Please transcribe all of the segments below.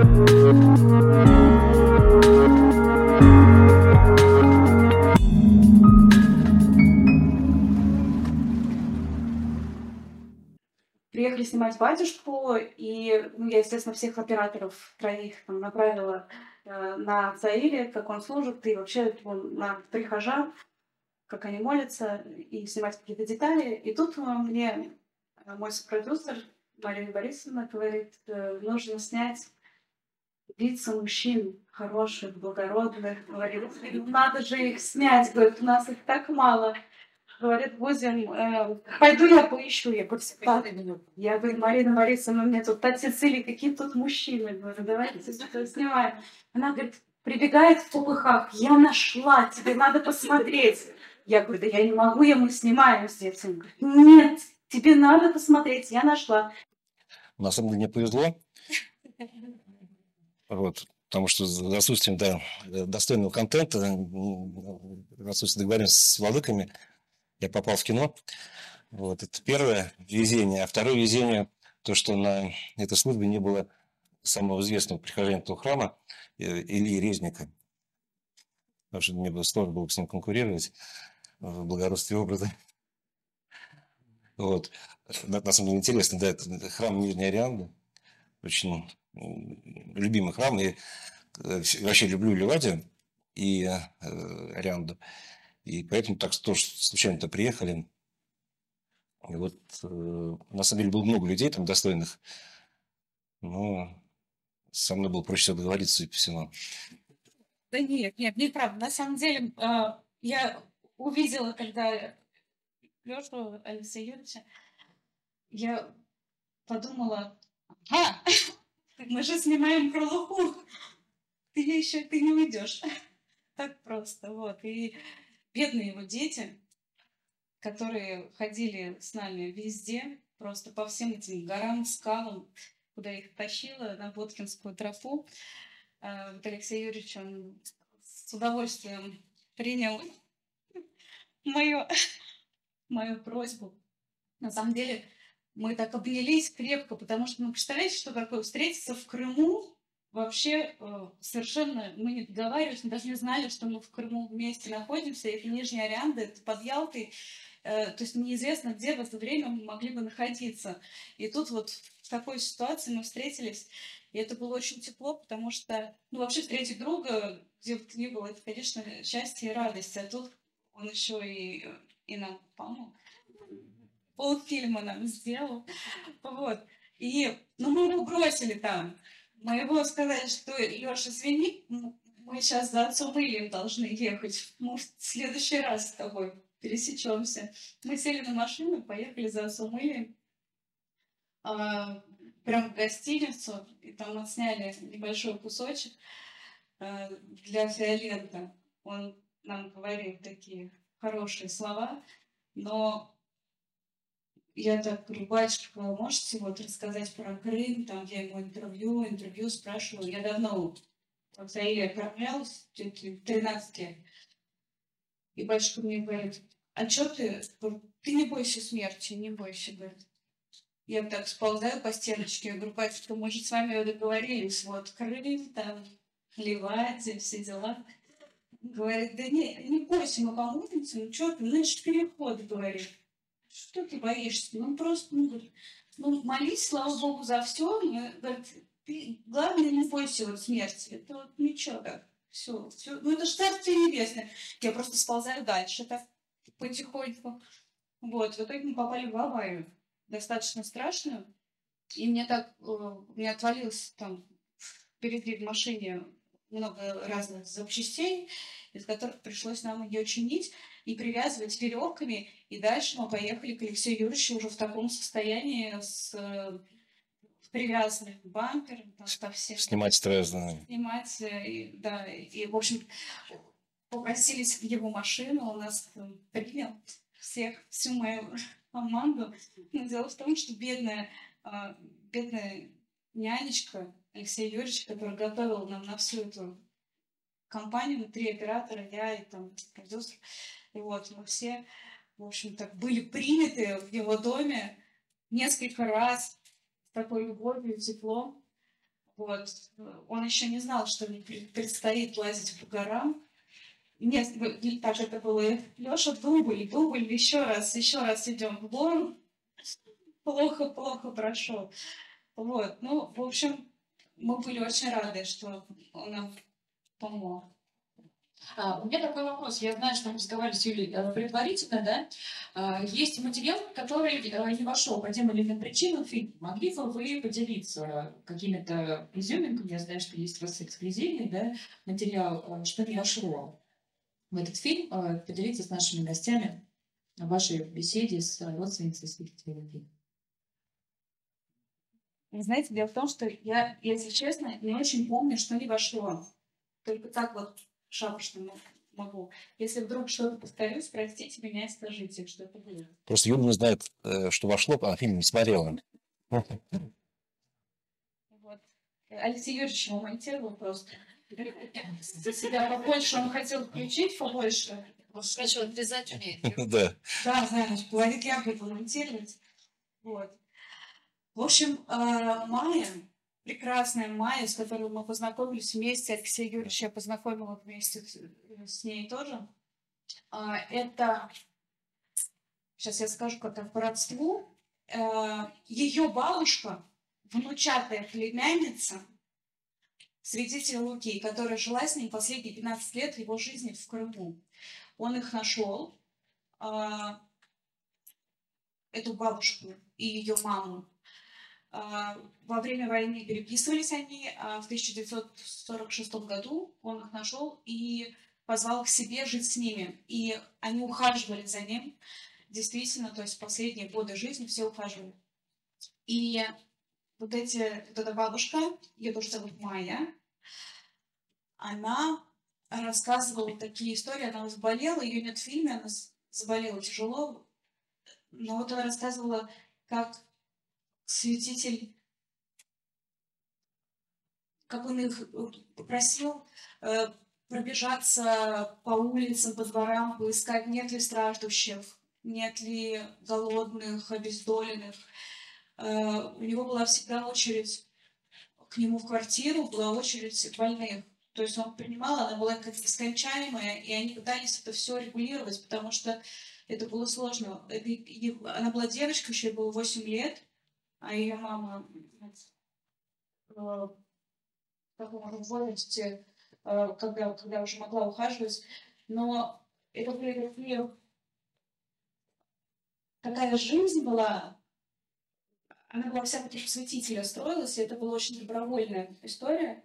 Приехали снимать "Батюшку", и, ну, я, естественно, всех операторов троих там направила, на Заире, как он служит, и вообще на прихожан, как они молятся, и снимать какие-то детали. И тут, мне, мой сопродюсер Марина Борисовна говорит: "Нужно снять лица мужчин хороших, благородных". Говорит: "Надо же их снять". Говорит: "У нас их так мало". Говорит: "Будем, пойду я поищу". Я говорю: "Пару минут". Я говорю: "Марина Борисовна, мне тут отец или какие тут мужчины". Говорю: "Давайте что-то снимаем". Она говорит, прибегает в попыхах: "Я нашла, тебе надо посмотреть". Я говорю: "Да я не могу, мы снимаем здесь". Она говорит: "Нет, тебе надо посмотреть, я нашла". На самом деле мне повезло, вот, потому что за отсутствием, да, достойного контента, отсутствие договоренности с владыками, я попал в кино. Вот, это первое везение. А второе везение, то, что на этой службе не было самого известного прихожанина этого храма, Ильи Резника. Потому что мне было сложно было с ним конкурировать в благородстве образа. Вот. На самом деле интересно, да, это храм Нижней Арианды. Очень любимый храм. И вообще люблю Ливадию и Арианду. И поэтому так тоже случайно-то приехали. И вот на самом деле было много людей там достойных. Но со мной было проще всего договориться, судя по всему. Да нет, нет, неправда. На самом деле, я увидела, когда Лёшу Алексея Юрьевича, я подумала: "Ага, мы же снимаем Крылуху, ты не уйдешь так просто". Вот. И бедные его дети, которые ходили с нами везде, просто по всем этим горам, скалам, куда их тащила, на Боткинскую тропу. Вот Алексей Юрьевич, он с удовольствием принял мою мою просьбу. На самом деле мы так обнялись крепко, потому что, ну, представляете, что такое встретиться в Крыму? Вообще, совершенно мы не договаривались, мы даже не знали, что мы в Крыму вместе находимся. Это Нижняя Арианда, это под Ялтой. То есть неизвестно, где в это время мы могли бы находиться. И тут вот в такой ситуации мы встретились, и это было очень тепло, потому что, ну, вообще встретить друга, где бы то ни было, это, конечно, счастье и радость. А тут он еще и нам помог. Полфильма нам сделал. Вот. И, ну, мы его бросили там. Мы его сказали, что: "Лёш, извини, мы сейчас за отцом Ильем должны ехать. Мы в следующий раз с тобой пересечемся". Мы сели на машину, поехали за отцом Ильем, прям в гостиницу, и там отсняли небольшой кусочек для Фиолента. Он нам говорил такие хорошие слова, но я так говорю: "Батюшка, вы можете вот рассказать про Крым?" Там я ему интервью спрашиваю. Я давно в Заире отправлялась, где-то 13 лет. И батюшка мне говорит: "А чё ты? Ты не бойся смерти, не бойся", говорит. Я так сползаю по стеночке, я говорю: "Батюшка, мы же с вами договорились, вот Крым, там, Ливадия, все дела". Говорит: "Да не бойся, мы помолимся, ну чё ты, ну это ж переход", говорит. "Что ты боишься? Ну просто, ну, говорит, ну молись, слава Богу, за все. Говорит, ты, главное, не бойся вот смерти. Это вот ничего так. Все, все. Ну это ж Царствие Небесное". Я просто сползаю дальше так потихоньку. Вот, в итоге мы попали в аварию, достаточно страшную. И мне так, у меня отвалилось там впереди в машине много разных запчастей, из которых пришлось нам ее чинить и привязывать веревками. И дальше мы поехали к Алексею Юрьевичу уже в таком состоянии, с привязанным бампером, там, ко всем. Снимать стресс, да. Снимать, да, и, в общем, попросились в его машину, он нас принял, всех, всю мою команду. Но дело в том, что бедная нянечка Алексея Юрьевича, который готовил нам на всю эту компанию, 3 оператора, я и там продюсер. И вот мы все, в общем, так были приняты в его доме несколько раз с такой любовью и теплом. Вот. Он еще не знал, что ему предстоит лазить по горам. Нет, так это было. Леша, дубль, еще раз идем в гору. Плохо прошел. Вот. Ну, в общем, мы были очень рады, что он нам помог. У меня такой вопрос. Я знаю, что мы разговаривали с Юлей предварительно, да? Есть материал, который не вошел по тем или иным причинам в фильм. Могли бы вы поделиться какими-то изюминками? Я знаю, что есть у вас эксклюзивный, да, материал, что не вошло в этот фильм. Поделиться с нашими гостями в вашей беседе с родственницей свидетелей фильма. Вы знаете, дело в том, что я, если честно, не очень помню, что не вошло. Только так вот шапочно могу. Если вдруг что-то повторюсь, простите меня и скажите, что это было. Просто Юля не знает, что вошло, а фильм не смотрела. Вот. Алексей Юрьевич его монтировал просто. За себя побольше он хотел включить, побольше. Хочу отрезать умеет. Да. Да, знаешь, говорит, я буду монтировать. Вот. В общем, Майя, прекрасная Майя, с которой мы познакомились вместе, Алексей Юрьевич, я познакомила вместе с ней тоже. Это, сейчас я скажу, как это по родству, ее бабушка, внучатая племянница святителя Луки, которая жила с ним последние 15 лет его жизни в Крыму. Он их нашел, эту бабушку и ее маму. Во время войны переписывались они, а в 1946 году он их нашел и позвал к себе жить с ними. И они ухаживали за ним. Действительно, то есть последние годы жизни все ухаживали. И вот эта бабушка, ее тоже зовут Майя, она рассказывала такие истории, она заболела, ее нет в фильме, она заболела тяжело, но вот она рассказывала, как святитель, как он их попросил пробежаться по улицам, по дворам, поискать, нет ли страждущих, нет ли голодных, обездоленных. У него была всегда очередь к нему в квартиру, была очередь больных. То есть он принимал, она была как нескончаемая, и они пытались это все регулировать, потому что это было сложно. Она была девочкой, еще ей было 8 лет, а ее мама в таком возрасте, когда уже могла ухаживать. Но это были такая жизнь была, она была вся против святителя строилась, и это была очень добровольная история.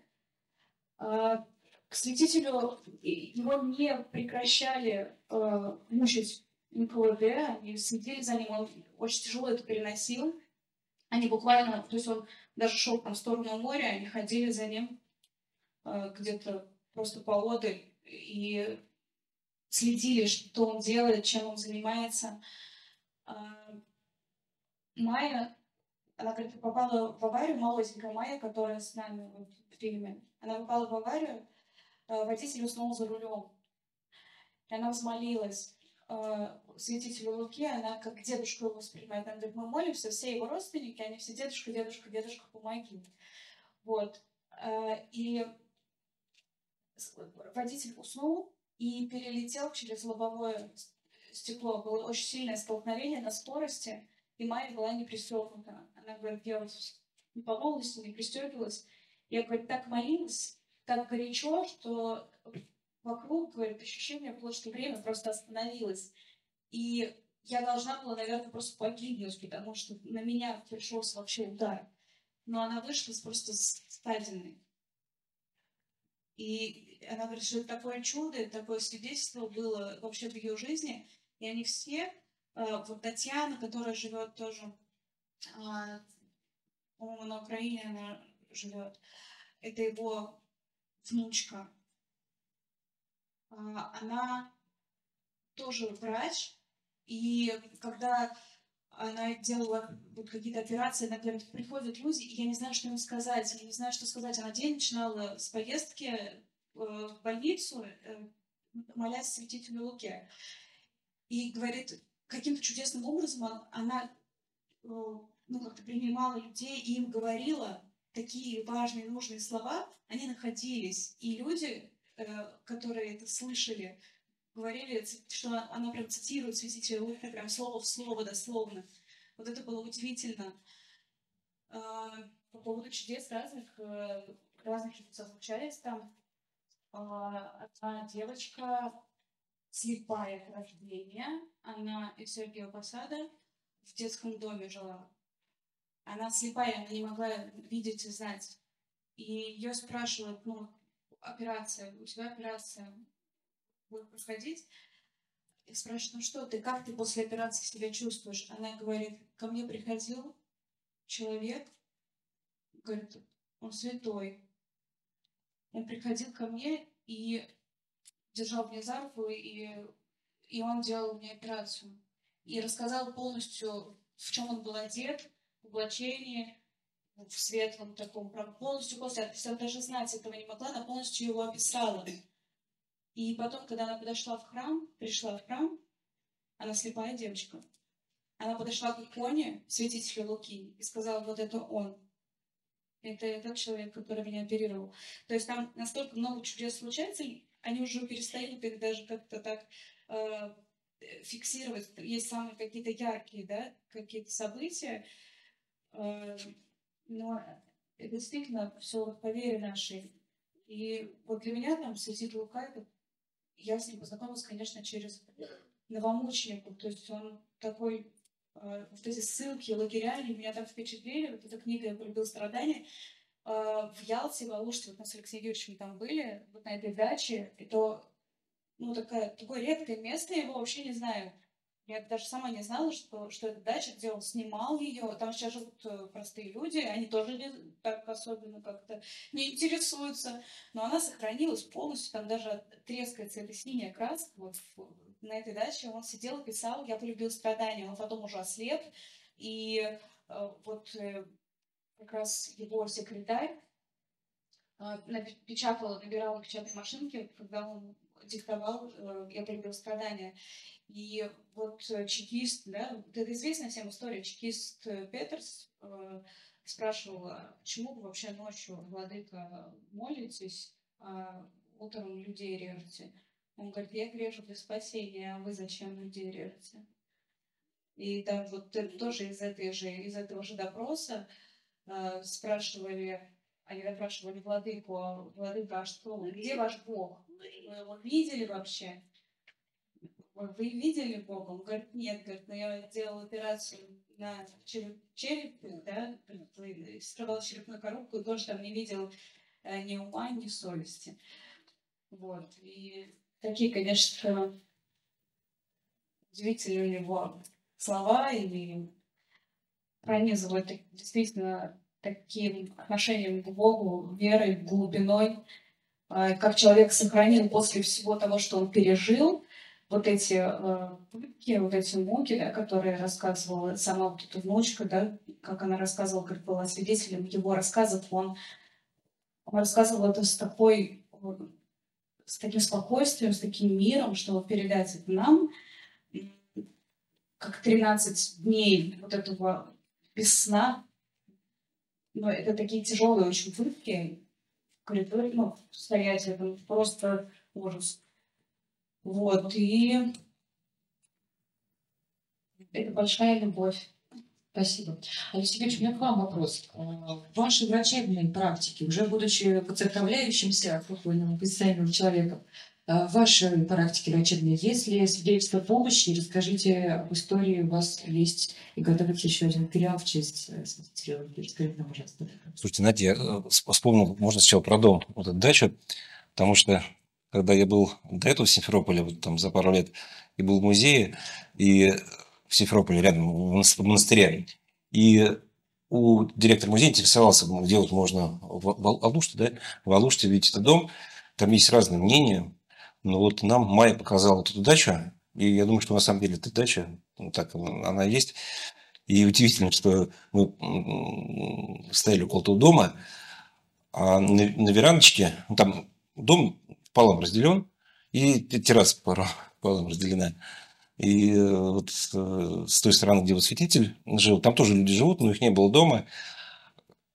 К святителю его не прекращали мучить НКВД, они следили за ним, он очень тяжело это переносил. Они буквально, то есть он даже шел там в сторону моря, они ходили за ним где-то просто поодаль и следили, что он делает, чем он занимается. Майя, она как-то попала в аварию, молоденькая Майя, которая с нами вот, в фильме, она попала в аварию, водитель уснул за рулем. И она взмолилась святителю Луки, она как дедушку его воспринимает. Она говорит, мы молимся, все его родственники, они все дедушка, помоги. Вот. И водитель уснул и перелетел через лобовое стекло. Было очень сильное столкновение на скорости, и Майя была не пристегнута. Она говорит, я вот по молодости не пристегивалась. Я, говорит, так молилась, так горячо, что вокруг, говорит, ощущение было, что время просто остановилось. И я должна была, наверное, просто погибнуть, потому что на меня пришелся вообще удар. Но она вышла просто стадиной. И она говорит, что это такое чудо, такое свидетельство было вообще в ее жизни. И они все, вот Татьяна, которая живет тоже, по-моему, на Украине она живет, это его внучка. Она тоже врач, и когда она делала вот какие-то операции, она говорит, приходят люди, и я не знаю, что им сказать, я не знаю, что сказать. Она день начинала с поездки в больницу, молясь святителю Луке. И говорит, каким-то чудесным образом она ну, как-то принимала людей и им говорила такие важные, нужные слова, они находились. И люди, которые это слышали, говорили, что она прям цитирует святителя Луку, прям слово в слово, дословно. Вот это было удивительно. По поводу чудес разных чудес случались там. Одна девочка слепая от рождения, она из Сергиева Посада в детском доме жила. Она слепая, она не могла видеть и знать. И ее спрашивают, операция, у тебя операция будет проходить? И спрашивают, что ты, как ты после операции себя чувствуешь? Она говорит, ко мне приходил человек, говорит, он святой. Он приходил ко мне и держал меня за руку, и он делал мне операцию. И рассказал полностью, в чем он был одет, в облачении, в светлом таком, полностью после. Я даже знать этого не могла, она полностью его описала. И потом, когда она пришла в храм, она слепая девочка, она подошла к иконе святителя Луки и сказала, вот это он. Это тот человек, который меня оперировал. То есть там настолько много чудес случается, они уже перестали даже как-то так фиксировать. Есть самые какие-то яркие, да, какие-то события. Но это действительно все по вере нашей. И вот для меня там святитель Лука, я с ним познакомилась, конечно, через новомучеников. То есть он такой, вот эти ссылки, лагеря, меня так впечатлили. Вот эта книга «Я полюбил страдания». В Ялте, в Алуште, вот мы с Алексеем Юрьевичем там были, вот на этой даче. Это, такое редкое место, я его вообще не знаю. Я даже сама не знала, что это дача, где он снимал ее. Там сейчас живут простые люди, они тоже так особенно как-то не интересуются. Но она сохранилась полностью, там даже трескается эта синяя краска. Вот на этой даче он сидел и писал «Я полюбил страдания». Он потом уже ослеп. И как раз его секретарь набирал на печатной машинке, когда он диктовал «Я полюбил страдания». И вот чекист, да, вот это известная всем история, чекист Петерс спрашивал, почему вы вообще ночью, владыка, молитесь, а утром людей режете? Он говорит, я их режу для спасения, а вы зачем людей режете? И там вот тоже из этого же допроса они допрашивали владыку, владыка, а что, где ваш Бог? Вы его видели вообще? Вы видели Бога? Он говорит, нет, говорит, но я делала операцию на черепе, да, вскрывал черепную коробку, и тоже там не видел ни ума, ни совести. Вот. И такие, конечно, удивительные у него слова, и пронизывают действительно таким отношением к Богу, верой, глубиной, как человек сохранил после всего того, что он пережил, вот эти пытки, вот эти муки, да, которые рассказывала сама вот эта внучка, да, как она рассказывала, как была свидетелем его рассказов, он рассказывал это с таким спокойствием, с таким миром, чтобы передать это нам, как 13 дней вот этого без сна. Но это такие тяжелые очень пытки, в коридоре, стоять, это просто ужас. Вот, и это большая любовь. Спасибо. Алексей Юрьевич, у меня к вам вопрос. В вашей врачебной практике, уже будучи подсоставляющимся покойным представителем человека, в вашей практике врачебной есть ли свидетельство помощи? Расскажите об истории. У вас есть и готовится еще один материал в честь святителя. Расскажите нам, пожалуйста. Слушайте, Надя, я вспомнил, можно сначала про дом, вот эту дачу, потому что когда я был до этого в Симферополе, вот там за пару лет, и был в музее, и в Симферополе, рядом в монастыре, и у директора музея интересовался, где вот можно в Алуште, да, в Алуште видеть этот дом, там есть разные мнения, но вот нам Майя показала вот эту дачу, и я думаю, что на самом деле эта дача, вот так она есть, и удивительно, что мы стояли около того дома, а на верандочке, там дом пополам разделен, и терраса пополам разделена. И вот с той стороны, где вот святитель жил, там тоже люди живут, но их не было дома.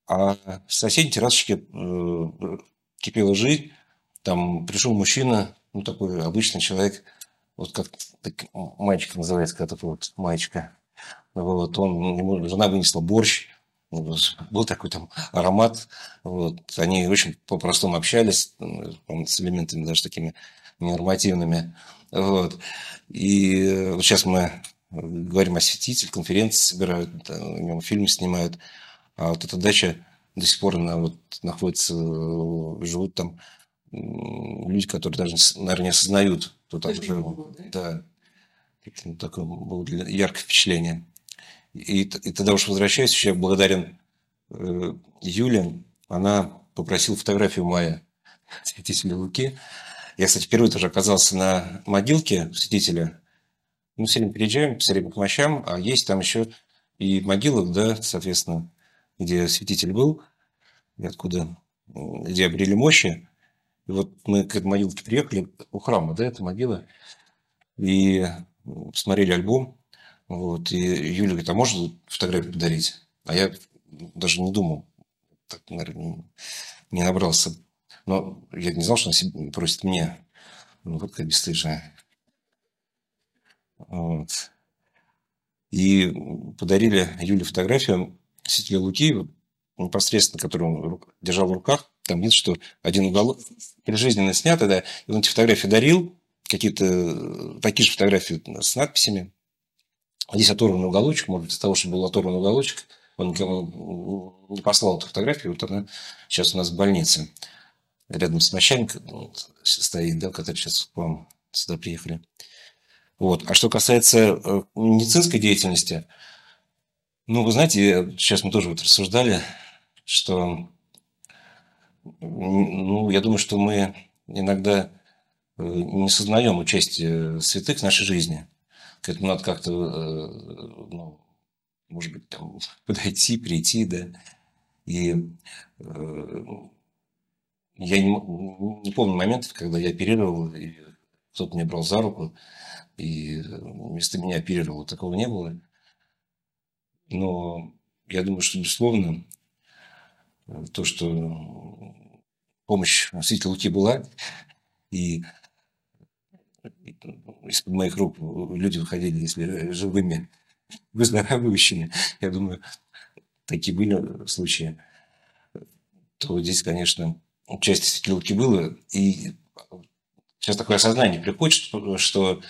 А в соседней террасочке кипела жизнь. Там пришел мужчина, ну, такой обычный человек, вот как мальчик называется, когда такой вот маечка. Вот, ему жена вынесла борщ, был такой там аромат. Вот. Они очень по-простому общались, по-моему, с элементами даже такими ненормативными. Вот. И вот сейчас мы говорим о святителе, конференции собирают, у него фильмы снимают. А вот эта дача до сих пор она вот находится, живут там люди, которые даже, наверное, не осознают, кто там жил. Да. Такое было яркое впечатление. И тогда уж возвращаясь, я благодарен Юле. Она попросила фотографию Мая, святителя Луки. Я, кстати, впервые тоже оказался на могилке святителя. Мы все время переезжаем, все время к мощам, а есть там еще и могила, да, соответственно, где святитель был, и откуда, где обрели мощи. И вот мы к этой могилке приехали, у храма, да, эта могила, и смотрели альбом. Вот, и Юля говорит, а можно фотографию подарить? А я даже не думал, так, наверное, не набрался. Но я не знал, что она просит мне. Ну, вот как бесстыжая. Вот. И подарили Юле фотографию святителя Луки, непосредственно, которую он держал в руках. Там видно, что один уголок прижизненно снято, да. И он эти фотографии дарил, какие-то такие же фотографии с надписями. Здесь оторванный уголочек, может быть, из-за того, что был оторванный уголочек, он никому не послал эту фотографию, вот она сейчас у нас в больнице. Рядом с мощами стоит, да, который сейчас к вам сюда приехали. Вот. А что касается медицинской деятельности, ну, вы знаете, сейчас мы тоже вот рассуждали, что, ну, я думаю, что мы иногда не сознаем участие святых в нашей жизни. К этому надо как-то, ну, может быть, там, подойти, прийти, да. И я не помню моментов, когда я оперировал, и кто-то меня брал за руку, и вместо меня оперировал. Такого не было. Но я думаю, что, безусловно, то, что помощь святителя Луки была, и из-под моих рук люди выходили, если живыми, выздоравливающими, я думаю, такие были случаи, то здесь, конечно, часть святителя Луки было. И сейчас такое осознание приходит, что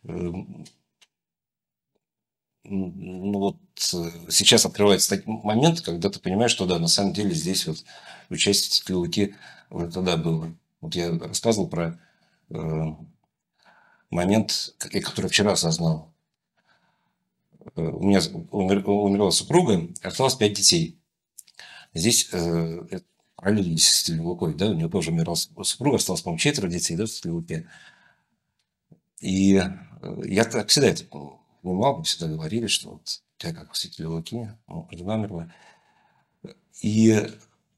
ну вот сейчас открывается такой момент, когда ты понимаешь, что да, на самом деле здесь вот участие святителя Луки уже тогда было. Вот я рассказывал про момент, который вчера осознал. У меня умерла супруга, осталось 5 детей. Здесь параллельно с святителем Лукой, да, у него тоже умерла супруга, осталось, по-моему, 4 детей, да, в святителе Луке. И я как всегда это понимал, мы всегда говорили, что вот у тебя как у святителя Луки, жена умерла. И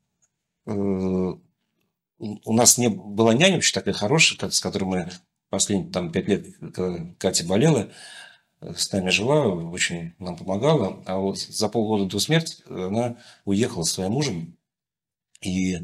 у нас не была няня вообще такая хорошая, с которой мы последние там 5 лет, когда Катя болела, с нами жила, очень нам помогала. А вот за полгода до смерти она уехала с своим мужем. И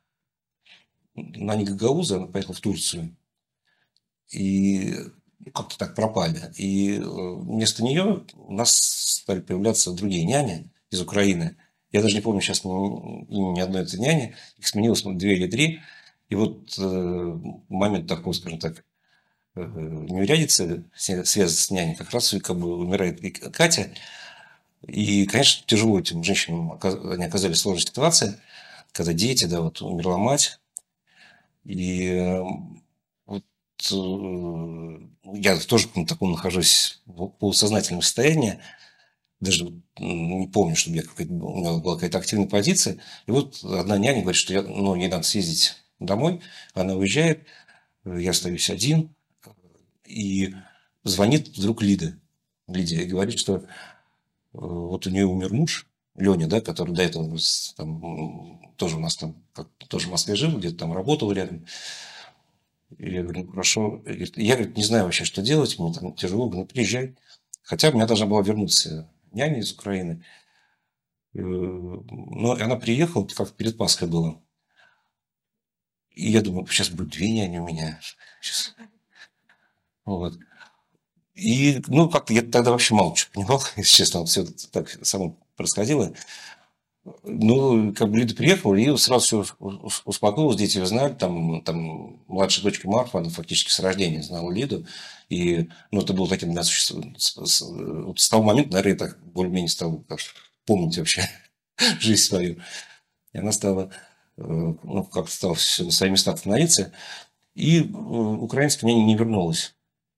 на Гагауза она поехала в Турцию. И как-то так пропали. И вместо нее у нас стали появляться другие няни из Украины. Я даже не помню сейчас ни одной этой няни. Их сменилось 2 или 3. И вот момент такой, скажем так, неурядицы, связан с няней, как раз как бы умирает и Катя. И, конечно, тяжело этим женщинам, они оказались в сложной ситуации, когда дети, да, вот умерла мать. И вот я тоже в таком нахожусь в полусознательном состоянии, даже не помню, чтобы у меня была какая-то активная позиция. И вот одна няня говорит, что ей надо съездить домой, она уезжает, я остаюсь один, и звонит вдруг Лида. Лидия говорит, что вот у нее умер муж, Леня, да, который до этого там, тоже у нас там, тоже в Москве жил, где-то там работал рядом. И я говорю, ну хорошо. Я, говорит, не знаю вообще, что делать, мне там тяжело, ну приезжай. Хотя у меня должна была вернуться няня из Украины. Но она приехала, как перед Пасхой было. И я думаю, сейчас будет 2 няни у меня. Сейчас. Вот. И, ну, как-то я тогда вообще мало чего понимал, если честно, вот все так само происходило. Ну, как бы Лида приехала, и сразу все успокоилось, дети ее знали, там младшая дочка Марфа, она фактически с рождения знала Лиду, и, ну, это было таким, да, вот с того момента, наверное, я так более-менее стал помнить вообще жизнь свою, и она стала, ну, как-то стала все на свои места становиться, и украинская няня не вернулась.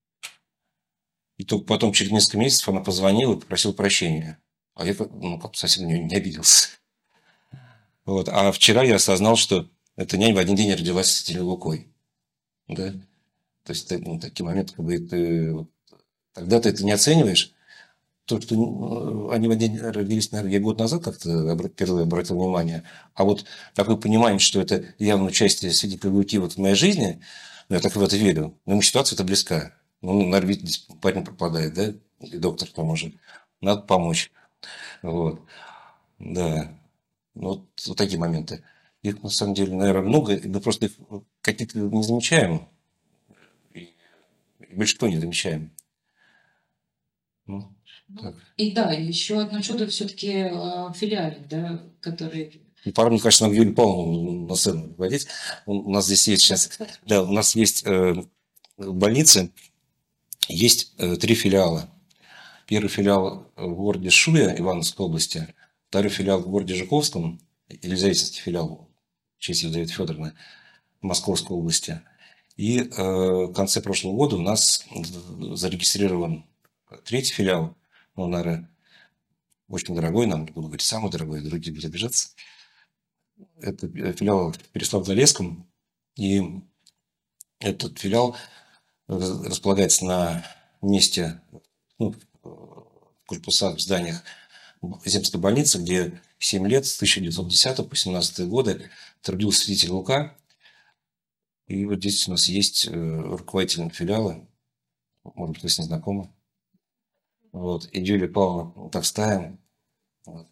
И только потом, через несколько месяцев, она позвонила и попросила прощения. А я, ну, как совсем не обиделся. Вот. А вчера я осознал, что эта нянь в один день родилась с этим Лукой. Да? То есть, ну, такие моменты, как бы ты, тогда ты это не оцениваешь. То, что они в один день родились, наверное, я год назад как-то впервые обратил внимание. А вот такое понимание, что это явно участие свидетеля Луки вот в моей жизни, ну, я так в это верю. Но ему ситуация это близка. Ну, наверное, видите, здесь парень пропадает, да? И доктор к тому же. Надо помочь. Вот. Да. Ну, вот такие моменты. Их, на самом деле, наверное, много. Мы просто их какие-то не замечаем. И большинство не замечаем. Ну, так. И да, еще одно чудо все-таки филиале, да, который... И пора, мне кажется, нам Юрию Павловну на сцену вводить. У нас здесь есть сейчас... Да, у нас есть в больнице есть 3 филиала. Первый филиал в городе Шуя, Ивановской области. Второй филиал в городе Жуковском, Елизаветинский филиал в честь Елизаветы Федоровны, в Московской области. И в конце прошлого года у нас зарегистрирован 3-й филиал. Ну, наверное, очень дорогой, нам не буду говорить самый дорогой, другие будут обижаться. Это филиал в Переславле-Залесском. И этот филиал располагается на месте, ну, в корпусах, в зданиях Земской больницы, где 7 лет, с 1910 по 1917 годы трудился святитель Лука. И вот здесь у нас есть руководитель филиала, может быть, вы с ней знакомы. Вот. И Юлия Павловна Толстая. Вот.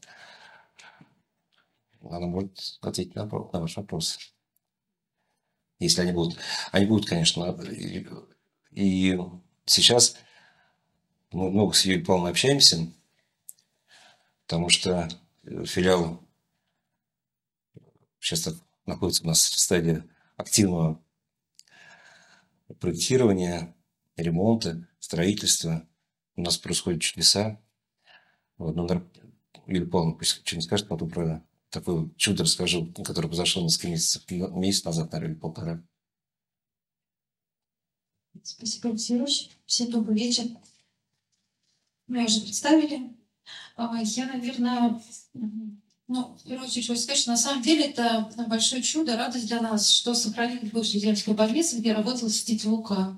Она может ответить на ваш вопрос. Если они будут. Они будут, конечно. И сейчас мы много с Юлией Павловной общаемся, потому что филиал сейчас находится у нас в стадии активного проектирования, ремонта, строительства. У нас происходят чудеса. Вот, ну, Юлия Павловна пусть что-нибудь скажет, потом про такое чудо расскажу, которое произошло несколько месяцев, месяц назад, наверное, или 1,5. Спасибо, Алексей Ильич. Всем добрый вечер. Меня уже представили. Я, наверное, ну, в первую очередь, хочу сказать, что на самом деле это большое чудо, радость для нас, что сохранилась бывшая земская больница, где работал святитель Лука.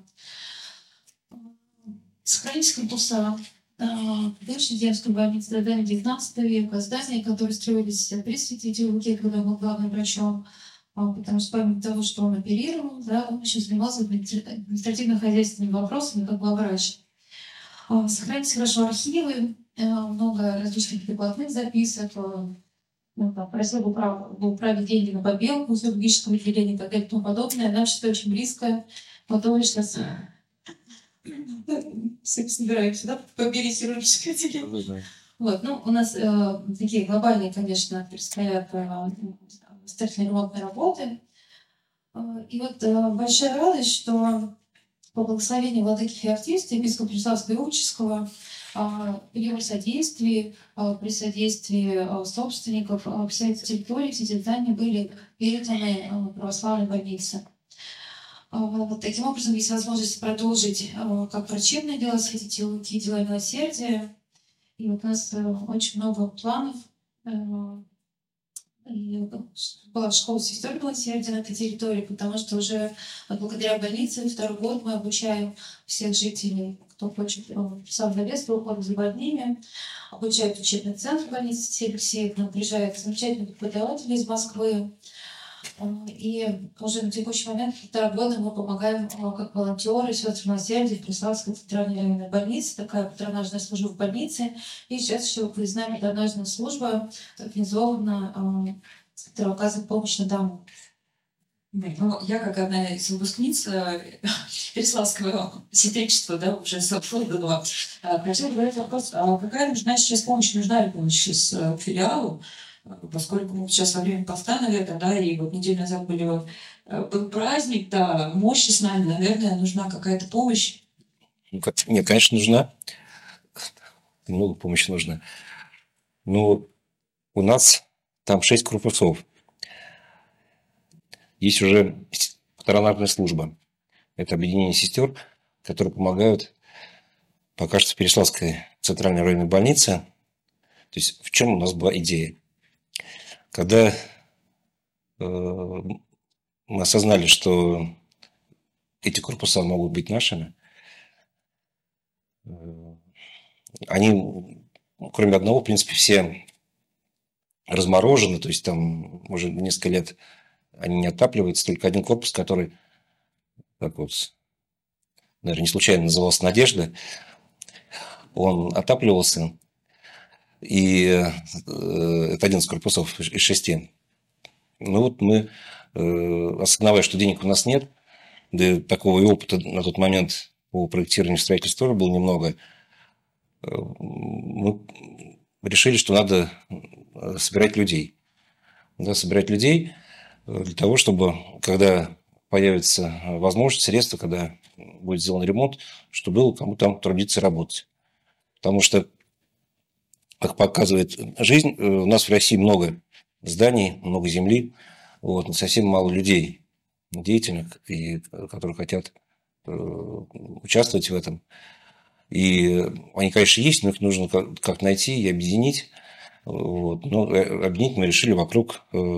Сохранились корпуса бывшей земской больницы до 19 века, здания, которые строились при святителе Луке, когда он был главным врачом, потому что помимо того, что он оперировал, да, он еще занимался административно-хозяйственными вопросами, как главврач. Сохранились хорошо архивы, много различных прикладных записок, просил в управе деньги на побелку, хирургического отделения и так далее и тому подобное. Нам что очень близко. Потом сейчас собираемся, да, побелить хирургическое отделение. Вот, ну, у нас такие глобальные, конечно, предстоят строительные ремонтные работы. И вот большая радость, что по благословению владыки Феоктиста, епископа Переславского и Урческого, при его содействии, при содействии собственников, вся эта территория, все эти здания были переданы православной больнице. Вот таким образом есть возможность продолжить как врачебное дело святителя Луки, дела милосердия. И вот у нас очень много планов. И была школа сестер милосердия на этой территории, потому что уже благодаря больнице 2-й год мы обучаем всех жителей, кто хочет сам залез, уходит за больными, обучают учебный центр больницы Алексеев, нам приезжают замечательные преподаватели из Москвы. И уже на текущий момент 1,5 года мы помогаем как волонтеры сестрам милосердия в Преславской центральной районной больнице, такая патронажная служба в больнице. И сейчас еще выездная патронажная служба организована, которая оказывает помощь на дому. Ну, я, как одна из выпускниц Переславского сестричества, да, уже созданного, хотела задать вопрос, какая нужна сейчас помощь, нужна ли помощь сейчас филиалу, поскольку мы сейчас во время поста, наверное, да, и вот неделю назад был праздник, да, мощи с нами, наверное, нужна какая-то помощь. Нет, конечно, нужна. Много помощи нужна. Но у нас там 6 корпусов. Есть уже патронажная служба. Это объединение сестер, которые помогают пока что в Переславской центральной районной больнице. То есть в чем у нас была идея? Когда мы осознали, что эти корпуса могут быть нашими, они, кроме одного, в принципе, все разморожены, то есть там уже несколько лет они не отапливаются, только один корпус, который, как вот, наверное, не случайно назывался «Надежда», он отапливался, и это один из корпусов из 6. Ну вот мы, осознавая, что денег у нас нет, да и такого и опыта на тот момент по проектированию строительства тоже было немного, мы решили, что надо собирать людей. Да, собирать людей для того, чтобы, когда появится возможность, средства, когда будет сделан ремонт, чтобы было кому там трудиться и работать. Потому что, как показывает жизнь, у нас в России много зданий, много земли, вот, но совсем мало людей деятельных, и которые хотят участвовать в этом. И они, конечно, есть, но их нужно как найти и объединить. Вот. Но объединить мы решили вокруг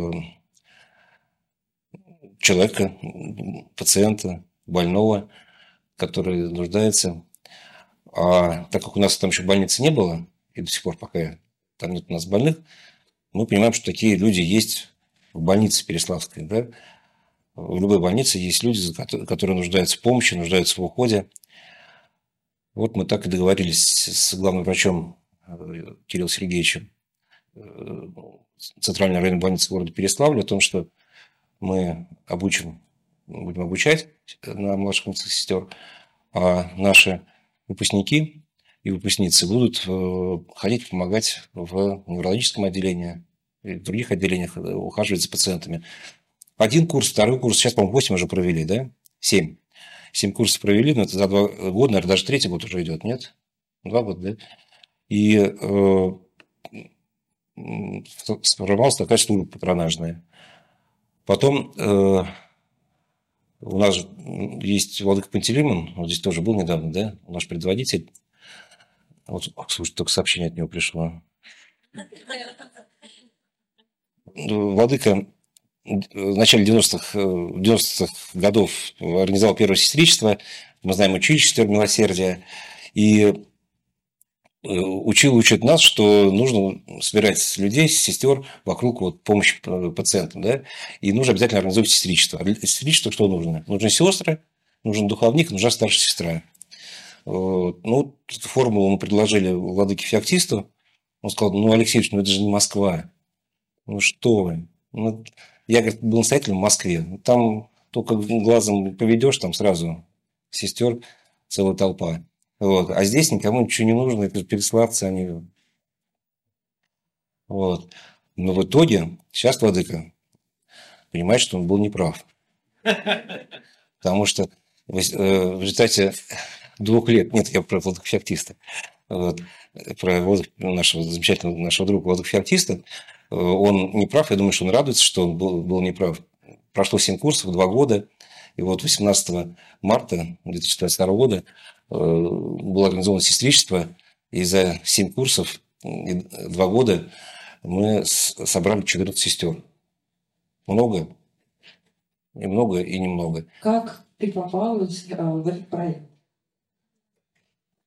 человека, пациента, больного, который нуждается. А так как у нас там еще больницы не было, и до сих пор пока там нет у нас больных, мы понимаем, что такие люди есть в больнице Переславской. Да? В любой больнице есть люди, которые нуждаются в помощи, нуждаются в уходе. Вот мы так и договорились с главным врачом Кириллом Сергеевичем Центральной районной больницы города Переславля о том, что мы будем обучать на младших медсестер, а наши выпускники и выпускницы будут ходить помогать в неврологическом отделении и в других отделениях ухаживать за пациентами. Один курс, второй курс, сейчас, по-моему, 8 уже провели, да? 7. 7 курсов провели, но это за 2 года, наверное, даже 3-й год уже идет, нет? 2 года, да? И сформировалась такая служба патронажная. Потом у нас же есть владыка Пантелеймон, вот здесь тоже был недавно, да, наш предводитель. Вот, слушай, только сообщение от него пришло. Владыка в начале 90-х годов организовал первое сестричество, мы знаем училище сестер милосердия, и учит нас, что нужно собирать людей, сестер вокруг вот помощи пациентам, да, и нужно обязательно организовать сестричество. А для сестричества что нужно? Нужны сестры, нужен духовник, нужна старшая сестра. Вот. Ну, эту формулу мы предложили владыке Феоктисту. Он сказал: ну, Алексеевич, ну это же не Москва. Ну что вы? Ну, я, говорит, был настоятелем в Москве. Там только глазом поведешь, там сразу сестер целая толпа. Вот. А здесь никому ничего не нужно, это переславцы они. Вот. Но в итоге сейчас владыка понимает, что он был неправ. Потому что в результате 2 лет, нет, я про владыку Феоктиста, вот, про нашего замечательного нашего друга владыку Феоктиста, он не прав, я думаю, что он радуется, что он был неправ. Прошло 7 курсов, 2 года, и вот 18 марта 2022 года было организовано сестричество, и за 7 курсов и 2 года мы собрали 14 сестер. Много, немного и немного. Как ты попала в этот проект?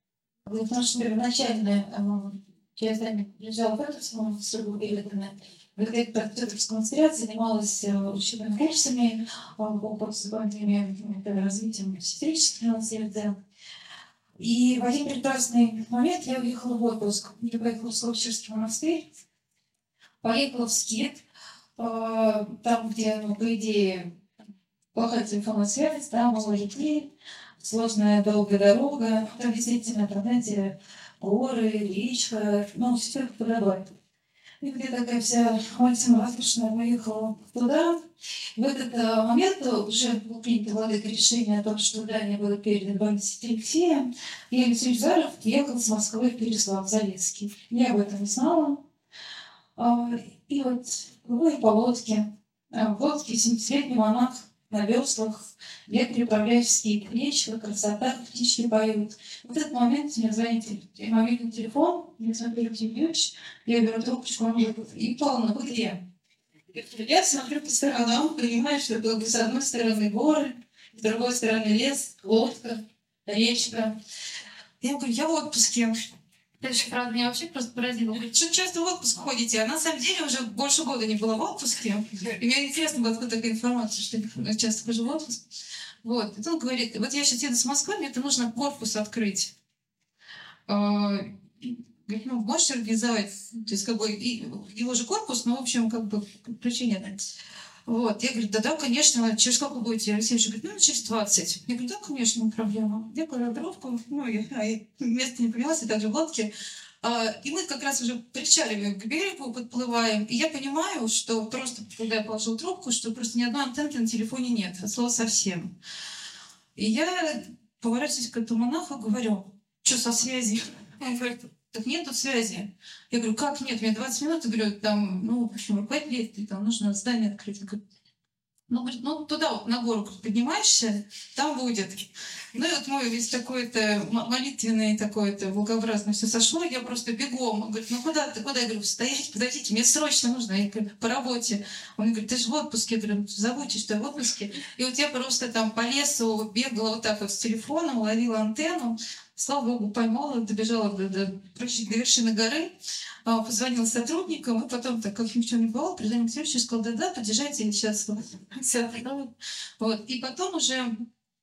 Потому что первоначально я лежала в этом самом срубе, Петербургского монастыря занималась учебными курсами по постбольными развитием сестрического наследия. И в один прекрасный момент я уехала в отпуск. Я поехала в Соловчерский монастырь, поехала в Скит, там, где, ну, по идее, плохая телефонная связь, да, мало людей, сложная долгая дорога. Там действительно, там, знаете, горы, речка, ну, все как подобает. И вот я такая вся мальчик-матушная поехала туда. В этот момент уже было принято владыкой решение о том, что здание было передано больнице Алексея. И Алексей Заров ехал с Москвы в Переслав-Залесский. Я об этом не знала. И вот плыли по лодке. В лодке 70-летний монах на веслах, я переправляюсь в Скит. Речка, красота, птички поют. В этот момент мне звонит мобильный телефон, я смотрю, Юрьевич, я беру трубочку, он говорит, и полно, вы где? Я смотрю по сторонам, понимаю, что было с одной стороны горы, с другой стороны лес, лодка, речка. Я говорю, я в отпуске. Дальше, правда, меня вообще просто поразило. Он говорит, что часто в отпуск ходите? А на самом деле уже больше года не была в отпуске. И мне интересно было, откуда такая информация, что я часто хожу в отпуск. Вот. И он говорит, вот я сейчас еду с Москвы, мне это нужно корпус открыть. Говорит, ну, можешь организовать? То есть, как бы, его же корпус, но, в общем, как бы, ключей нет. Вот. Я говорю, да, конечно, через сколько будете? Алексей говорит, ну, через 20. Я говорю, да, конечно, не проблема. Я кладу трубку, ну, место не поменялось, и также в лодке. И мы как раз уже причаливаем к берегу, подплываем. И я понимаю, что просто, когда я положила трубку, что просто ни одной антенки на телефоне нет, от слова совсем. И я поворачиваюсь к этому монаху и говорю, что со связью? Он говорит, так нет тут связи. Я говорю, как нет? Мне 20 минут, я говорю, там, ну, в общем, руководитель лет, там нужно здание открыть. Говорю, ну, говорит, ну, туда вот на гору поднимаешься, там будет. Ну, и вот мой весь такой-то молитвенный, такой-то благообразный все сошло, я просто бегом. Он говорит, ну, куда ты, куда? Я говорю, стоять, подождите, мне срочно нужно. Я говорю, по работе. Он говорит, ты же в отпуске. Я говорю, забудьте, что я в отпуске. И вот я просто там по лесу бегала вот так вот с телефоном, ловила антенну. Слава Богу, поймала, добежала до вершины горы, позвонила сотрудникам, и потом, так как ничего не было, придание к следующему сказал, да-да, подъезжайте сейчас. Вот. И потом уже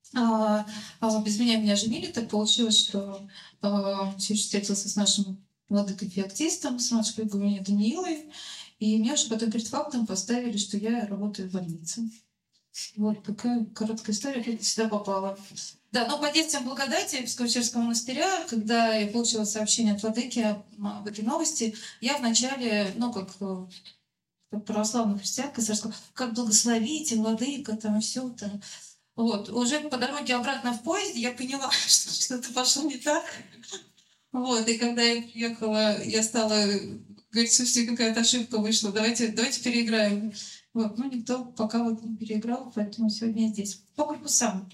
без меня женили, так получилось, что Сергей встретился с нашим владыкой феоктистом, с матушкой Гуменей Даниилой, и меня уже потом перед фактом поставили, что я работаю в больнице. Вот такая короткая история, как я сюда попала. Да, но по действиям благодати Псково-Чешского монастыря, когда я получила сообщение от владыки об этой новости, я вначале, ну, как православная христианка, сказала, как благословите, владыка, там, и все это. Вот. Уже по дороге обратно в поезде я поняла, что что-то пошло не так. Вот. И когда я приехала, я стала говорить, слушайте, какая-то ошибка вышла, давайте переиграем. Вот. Ну, никто пока вот не переиграл, поэтому сегодня я здесь. По корпусам.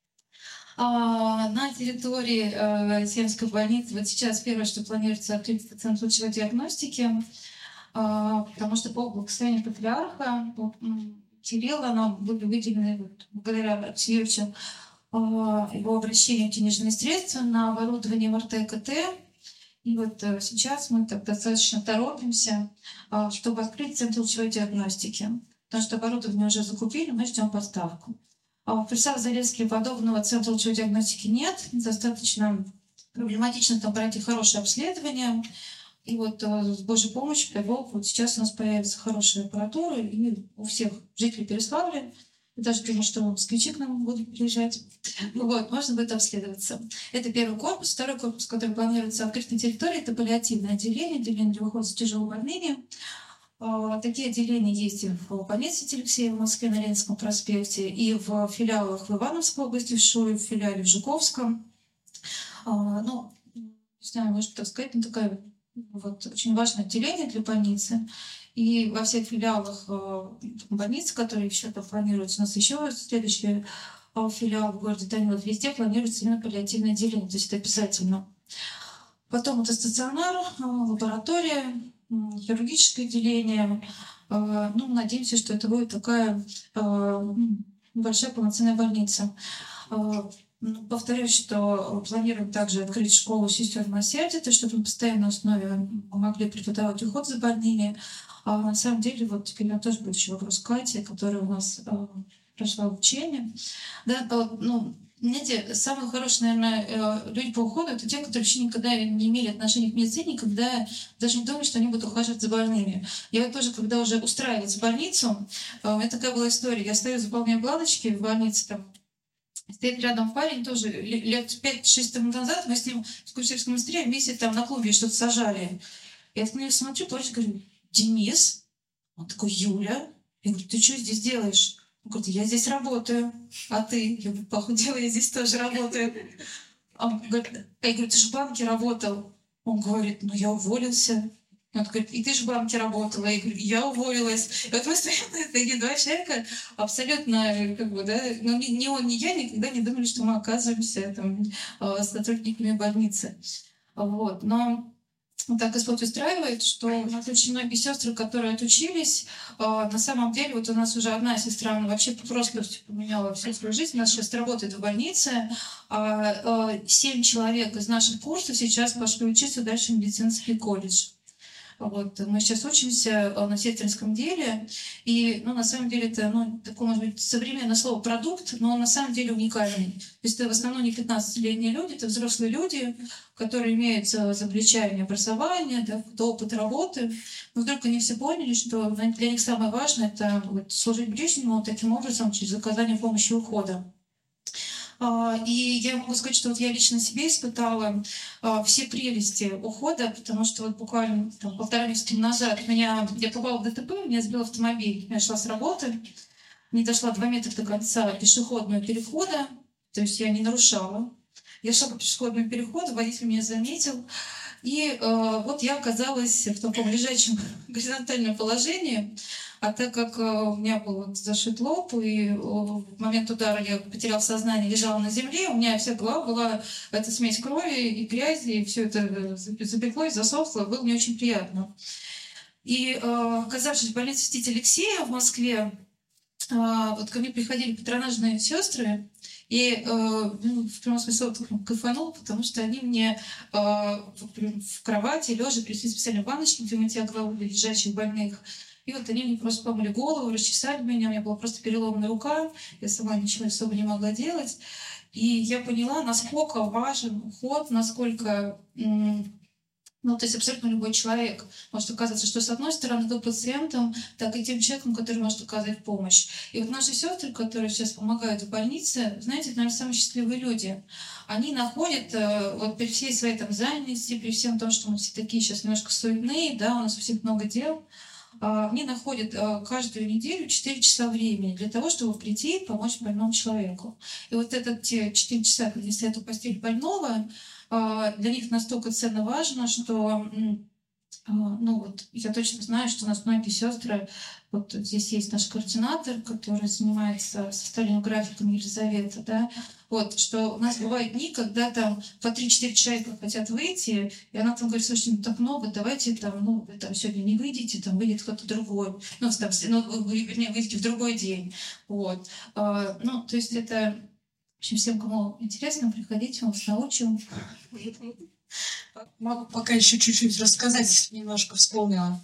На территории Северской больницы вот сейчас первое, что планируется, открыть центр лучевой диагностики, потому что по благословению патриарха Кирилла нам были выделены вот, благодаря Алексею Юрьевичу его обращению денежные средства на оборудование МРТ и КТ. И вот сейчас мы так достаточно торопимся, чтобы открыть центр лучевой диагностики, потому что оборудование уже закупили, мы ждем поставку. В Переславле-Залесске подобного центра лучевой диагностики нет. Достаточно проблематично там пройти хорошее обследование. И вот с Божьей помощью, дай Бог, вот сейчас у нас появится хорошая аппаратура, и у всех жителей Переславля, я даже думаю, что москвичи к нам будут приезжать, вот, можно будет обследоваться. Это первый корпус. Второй корпус, который планируется открыть на территории, это паллиативное отделение для ухода с тяжелым больными. Такие отделения есть и в больнице Алексея в Москве на Ленинском проспекте, и в филиалах в Ивановской области, в Шуе, в филиале в Жуковском. Ну, не знаю, может так сказать, но такая вот очень важное отделение для больницы. И во всех филиалах больницы, которые еще там планируются, у нас еще следующий филиал в городе Данилов, везде планируется именно паллиативное отделение, то есть это обязательно. Потом это стационар, лаборатория, хирургическое отделение. Ну, надеемся, что это будет такая большая полноценная больница. Повторюсь, что планируем также открыть школу сестер милосердия, то, чтобы на постоянной основе могли преподавать уход за больными. А на самом деле, вот теперь у меня тоже будет еще вопрос Кати, которая у нас прошла обучение. Да, ну, знаете, самые хорошие, наверное, люди по уходу — это те, которые еще никогда не имели отношения к медицине, никогда даже не думали, что они будут ухаживать за больными. Я вот тоже, когда уже устраивалась в больницу, у меня такая была история. Я стою, заполняю бланочки в больнице, там стоит рядом парень, тоже лет 5-6 тому назад, мы с ним в Куйбышевском монастыре вместе там на клубе что-то сажали. Я так на него смотрю, точно говорю: «Денис?» Он такой: «Юля?» Я говорю: «Ты что здесь делаешь?» Он говорит: «Я здесь работаю. А ты?» Я говорю: «Похудела, я здесь тоже работаю». Он говорит: я говорю: «Ты же в банке работал». Он говорит: «Ну, я уволился». Он говорит: «И ты же в банке работала». Я говорю: «Я уволилась». И вот мы стоим, это два человека абсолютно, как бы, да, ну, ни он, ни я никогда не думали, что мы оказываемся там сотрудниками больницы. Вот. Но так Господь устраивает, что у нас очень многие сестры, которые отучились, на самом деле, вот у нас уже одна сестра, она вообще просто поменяла всю свою жизнь, у нас сейчас работает в больнице, 7 человек из наших курсов сейчас пошли учиться дальше в медицинский колледж. Вот. Мы сейчас учимся на сестринском деле, и, ну, на самом деле, это, ну, такое, может быть, современное слово «продукт», но он на самом деле уникальный. То есть это в основном не 15-летние люди, это взрослые люди, которые имеют за плечами образование, да, опыт работы. Но вдруг они все поняли, что для них самое важное — это вот служить ближнему таким образом, через оказание помощи и ухода. И я могу сказать, что вот я лично себе испытала все прелести ухода, потому что вот буквально там, 1,5 месяца назад я попала в ДТП, меня сбил автомобиль. Я шла с работы, не дошла 2 метра до конца пешеходного перехода, то есть я не нарушала. Я шла по пешеходному переходу, водитель меня заметил, и вот я оказалась в таком лежачем горизонтальном положении. А так как у меня был вот зашит лоб, и в момент удара я потеряла сознание, лежала на земле, у меня вся голова была эта смесь крови и грязи, и все это запеклось, засохло, было не очень приятно. И оказавшись в больнице Святителя Алексея в Москве, вот ко мне приходили патронажные сестры, и в прямом смысле кайфанула, потому что они мне в кровати лежа принесли специальные баночки для мытья головы для лежачих больных. И вот они мне просто помыли голову, расчесали меня, у меня была просто переломанная рука, я сама ничего особо не могла делать. И я поняла, насколько важен уход, насколько, ну, то есть абсолютно любой человек может оказаться, что с одной стороны был пациентом, так и тем человеком, который может оказать помощь. И вот наши сестры, которые сейчас помогают в больнице, знаете, это, наверное, самые счастливые люди. Они находят, вот при всей своей там занятости, при всем том, что мы все такие сейчас немножко суетные, да, у нас у всех много дел, они находят каждую неделю 4 часа времени для того, чтобы прийти и помочь больному человеку. И вот те 4 часа, когда стоят у постели больного, для них настолько ценно важно, что ну вот я точно знаю, что у нас многие сестры, вот здесь есть наш координатор, который занимается составлением графика Елизавета, да, вот, что у нас бывают дни, когда там по 3-4 человека хотят выйти, и она там говорит: слушайте, ну так много, давайте там, ну, вы там сегодня не выйдете, там выйдет кто-то другой, ну, там, вы, вернее, выйдете в другой день, вот. Ну, то есть это, в общем, всем, кому интересно, приходите, мы вас научим. Могу пока еще чуть-чуть рассказать, немножко вспомнила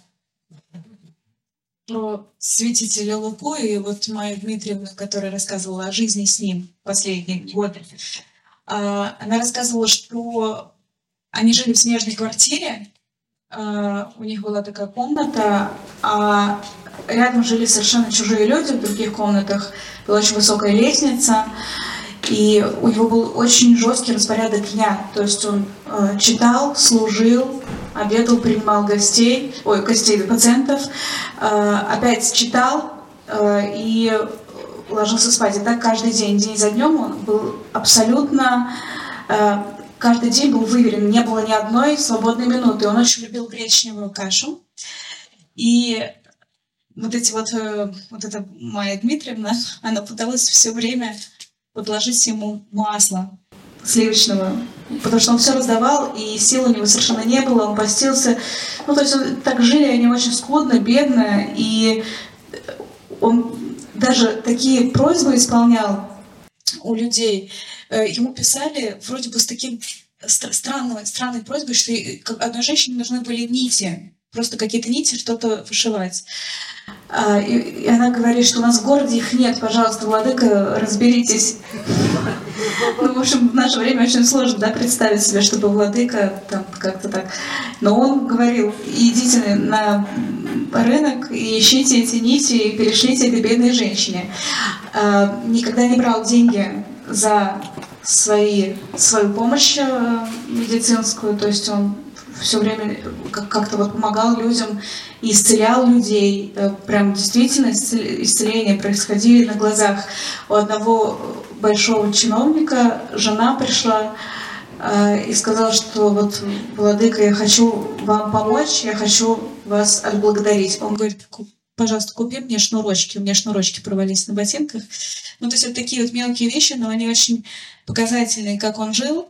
про святителя Луку и вот Майя Дмитриевна, которая рассказывала о жизни с ним последние годы. Она рассказывала, что они жили в смежной квартире, у них была такая комната, а рядом жили совершенно чужие люди в других комнатах, была очень высокая лестница. И у него был очень жесткий распорядок дня. То есть он читал, служил, обедал, принимал пациентов, опять читал и ложился спать. И так каждый день, день за днем он был абсолютно... Каждый день был выверен, не было ни одной свободной минуты. Он очень любил гречневую кашу. И вот эта Майя Дмитриевна, она пыталась все время подложить ему масло сливочного, потому что он все раздавал, и сил у него совершенно не было, он постился. Ну, то есть так жили они очень скудно, бедно, и он даже такие просьбы исполнял у людей. Ему писали вроде бы с таким странной просьбой, что одной женщине нужны были нити. просто какие-то нити, что-то вышивать. И она говорит, что у нас в городе их нет, пожалуйста, владыка, разберитесь. Ну, в общем, в наше время очень сложно, да, представить себе, чтобы владыка там как-то так. Но он говорил, идите на рынок и ищите эти нити и перешлите этой бедной женщине. Никогда не брал деньги за свою помощь медицинскую, то есть он все время как-то вот помогал людям, исцелял людей. Прям действительно исцеления происходили на глазах. У одного большого чиновника жена пришла и сказала, что вот, владыка, я хочу вам помочь, я хочу вас отблагодарить. Он говорит, пожалуйста, купи мне шнурочки. У меня шнурочки порвались на ботинках. Ну, то есть вот такие вот мелкие вещи, но они очень показательные, как он жил,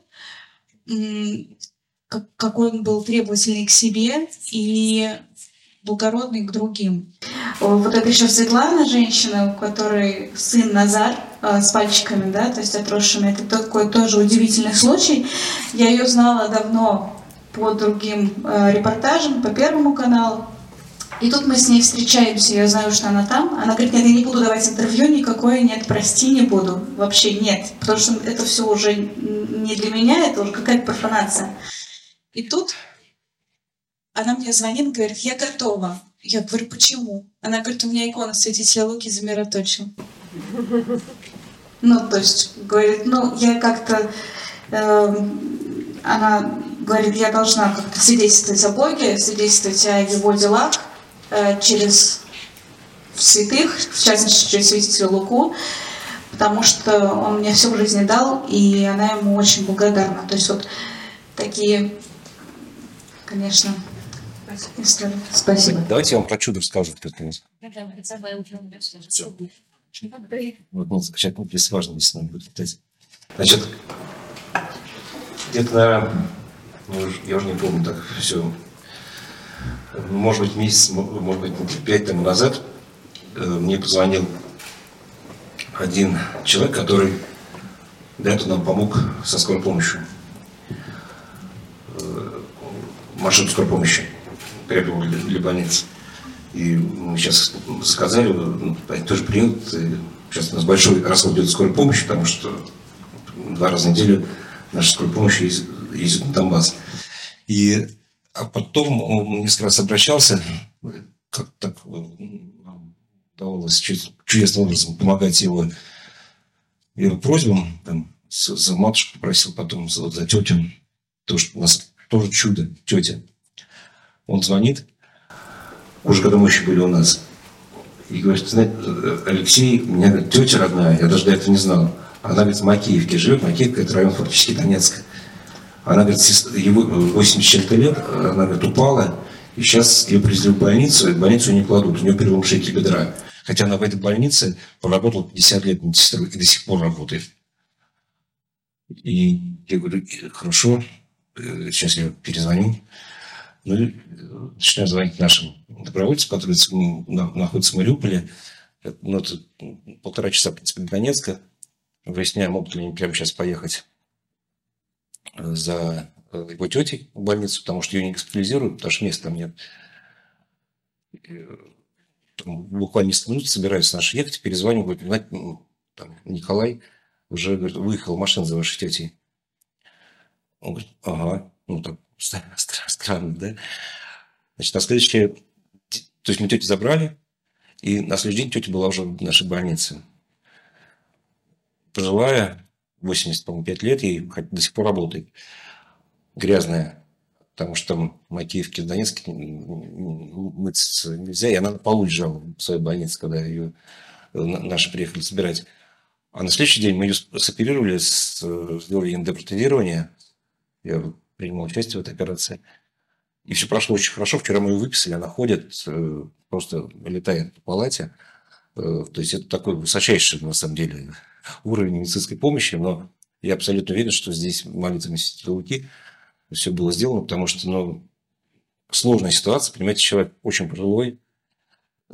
какой он был требовательный к себе и благородный к другим. Вот это еще Светлана, женщина, у которой сын Назар с пальчиками, да, то есть отросшими. Это такой тоже удивительный случай. Я ее знала давно по другим репортажам, по Первому каналу. И тут мы с ней встречаемся, я знаю, что она там. Она говорит, нет, я не буду давать интервью никакое, нет, прости, не буду. Вообще нет, потому что это все уже не для меня, это уже какая-то профанация. И тут она мне звонит, говорит, я готова. Я говорю, почему? Она говорит, у меня икона святителя Луки замироточила. Ну, то есть, говорит, ну, я как-то... она говорит, я должна как-то свидетельствовать о Боге, свидетельствовать о Его делах через святых, в частности, через святителя Луку, потому что он мне всю жизнь дал, и она ему очень благодарна. То есть вот такие, конечно, истории. Спасибо. Давайте я вам про чудо расскажу. Вот, ну, сейчас здесь важно, если нам будет летать. Значит, где-то, наверное, я уже не помню так все, может быть, месяц, может быть, 5 тому назад мне позвонил один человек, который до этого нам помог со скорой помощью. Машину скорой помощи приобрел для больницы. И мы сейчас заказали, они тоже приедут. Сейчас у нас большой расход идет скорой помощи, потому что 2 раза в неделю наша скорая помощь ездит на Донбасс. А потом он несколько раз обращался, как так удавалось чудесным образом помогать его просьбам. Там, за матушку попросил, потом за тетю. Потому что у нас тоже чудо, тетя. Он звонит, уже когда мы еще были у нас, и говорит, знаете, Алексей, у меня, говорит, тетя родная, я даже до этого не знал. Она, говорит, в Макеевке живет, Макеевка – это район фактически Донецка. Она, говорит, ему 80 чем-то лет, она, говорит, упала, и сейчас ее привезли в больницу, и в больницу ее не кладут, у нее перелом шейки бедра. Хотя она в этой больнице проработала 50 лет медсестрой и до сих пор работает. И я говорю, хорошо, сейчас я перезвоню. Ну, и начинаю звонить нашим добровольцам, которые находятся в Мариуполе. Ну, это 1,5 часа, в принципе, до Донецка. Выясняю, могут ли они прямо сейчас поехать за его тетей в больницу, потому что ее не госпитализируют, потому что места там нет. Там буквально несколько минут собираются наши ехать, перезваниваю, говорю, понимаете, там, Николай уже, говорит, выехал машина за вашей тетей. Он говорит, ага, ну так странно, да? Значит, на следующее, то есть мы тетю забрали, и на следующий день тетя была уже в нашей больнице. Пожилая, 85 лет, ей до сих пор работает. Грязная, потому что там в Макеевке, в Донецке мыться нельзя, и она на полу лежала в своей больнице, когда ее наши приехали собирать. А на следующий день мы ее соперировали, сделали эндопротезирование. Я принимал участие в этой операции. И все прошло очень хорошо. Вчера мы ее выписали, она ходит, просто летает по палате. То есть это такой высочайший, на самом деле, уровень медицинской помощи, но я абсолютно уверен, что здесь молитвами святителя Луки все было сделано, потому что, сложная ситуация, понимаете, человек очень пожилой,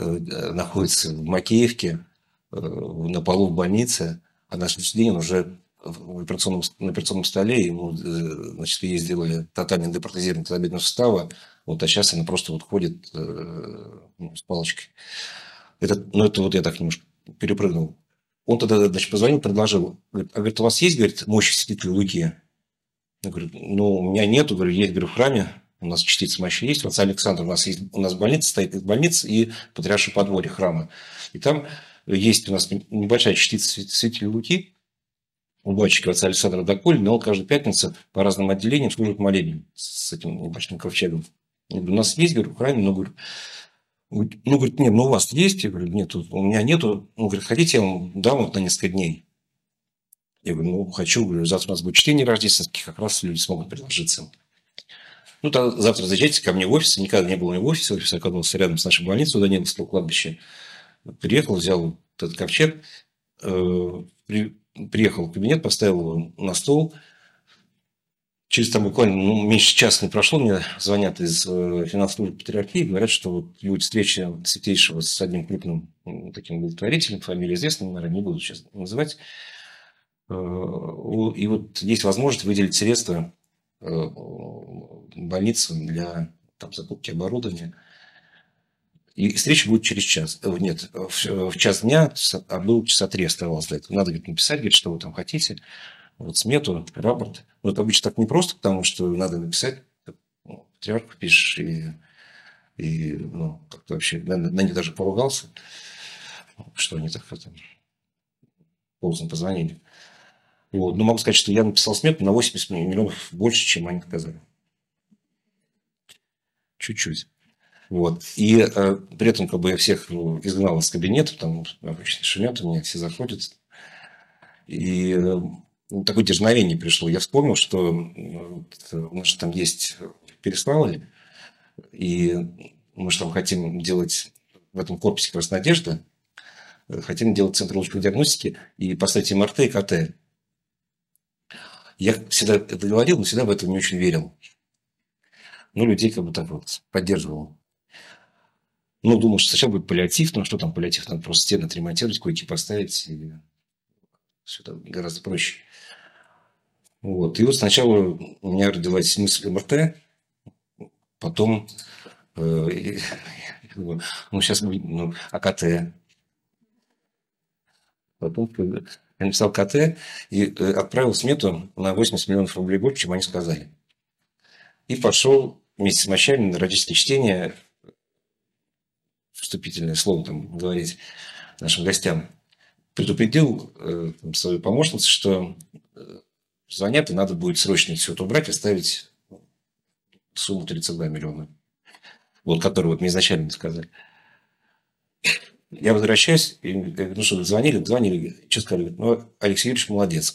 находится в Макеевке, на полу в больнице, а на следующий день он уже на операционном столе, ему, значит, ей сделали тотальное депротезирование тазобедренного сустава, вот, а сейчас она просто вот ходит с палочкой. Это вот я так немножко перепрыгнул. Он тогда, значит, позвонил, предложил. Говорит, у вас есть, говорит, мощь святителя Луки? Я говорю, ну, у меня нету. Говорю, есть, говорю, в храме. У нас частица мощи есть. Вот Александр, у нас больница стоит, больница и Патриаршее подворье храма. И там есть у нас небольшая частица святителя Луки. У батюшки отца Александра Доколь, но он каждую пятницу по разным отделениям служит молебен с этим небольшим ковчегом. Я говорю, у нас есть, говорю, в храме, но, говорю, ну, говорит, нет, ну, у вас есть? Я говорю, нет, у меня нету. Он говорит, хотите, я вам дам вот на несколько дней. Я говорю, ну, хочу. Говорю, завтра у нас будет чтение рождественских, как раз люди смогут предложиться. Ну, тогда завтра заезжайте ко мне в офис. Никогда не было у меня в офисе. Офис оказался рядом с нашей больницей у Даниловского кладбища. Приехал, взял этот ковчег, приехал в кабинет, поставил его на стол. Через там буквально меньше часа не прошло, мне звонят из финансовой службы патриархии, говорят, что вот будет встреча святейшего с одним крупным таким благотворителем, фамилия известная, наверное, не буду сейчас называть. И вот есть возможность выделить средства больницам для там, закупки оборудования. И встреча будет через час. Нет, в час дня, а было часа 3 оставалось для этого. Надо, говорит, написать, говорит, что вы там хотите. Вот смету, рапорт. Но это обычно так не просто, потому что надо написать. Патриарху пишешь, и ну, как-то вообще на них даже поругался, что они так поздно позвонили. Вот. Но могу сказать, что я написал смету на 80 миллионов больше, чем они сказали. Чуть-чуть. Вот. И при этом как бы я всех изгнал из кабинета, там обычно шумят у меня, все заходят. И такое дерзновение пришло. Я вспомнил, что у нас же там есть Переславль, и мы же там хотим делать в этом корпусе как раз «Надежда», хотим делать центр лучевой диагностики и поставить МРТ и КТ. Я всегда это говорил, но всегда в это не очень верил. Ну, людей как бы так вот поддерживал. Ну, думал, что сначала будет паллиатив, но что там паллиатив, надо просто стены отремонтировать, койки поставить, и все это гораздо проще. Вот. И вот сначала у меня родилась мысль МРТ, потом, ну, сейчас будет, АКТ. Потом я написал КТ и отправил смету на 80 миллионов рублей больше, чем они сказали. И пошел вместе с мощами на родительские чтения, вступительное слово там говорить нашим гостям. Предупредил свою помощницу, что звонят, и надо будет срочно все это убрать и оставить сумму 32 миллиона. Вот, которую вот мне изначально сказали. Я возвращаюсь, и говорю, ну что, звонили, что сказали? Ну, Алексей Юрьевич молодец.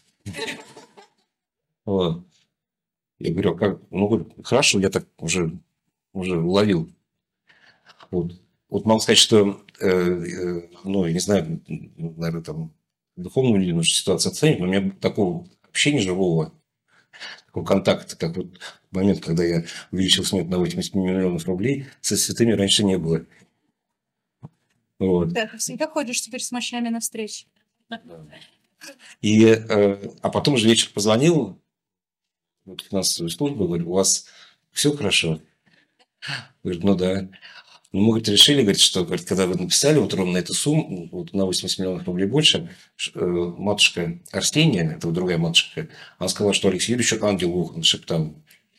Вот. Я говорю, как? Ну, говорю, хорошо, я так уже уловил. Вот могу сказать, что, ну, я не знаю, наверное, там духовную ли нужно ситуацию оценить, но у меня такого общения живого, такого контакта, как вот момент, когда я увеличил смету на 80 миллионов рублей, со святыми раньше не было. Вот. Да, ты всегда ходишь теперь с мощами на встречи. И, а потом уже вечер позвонил вот в финансовую службу, говорю, у вас все хорошо? Говорит, ну да. Ну, мы, говорит, решили, говорит, что, говорит, когда вы написали вот ровно эту сумму, вот на 80 миллионов рублей больше, матушка Арсения, это вот другая матушка, она сказала, что Алексей Юрьевич ангел в ухо нашептал.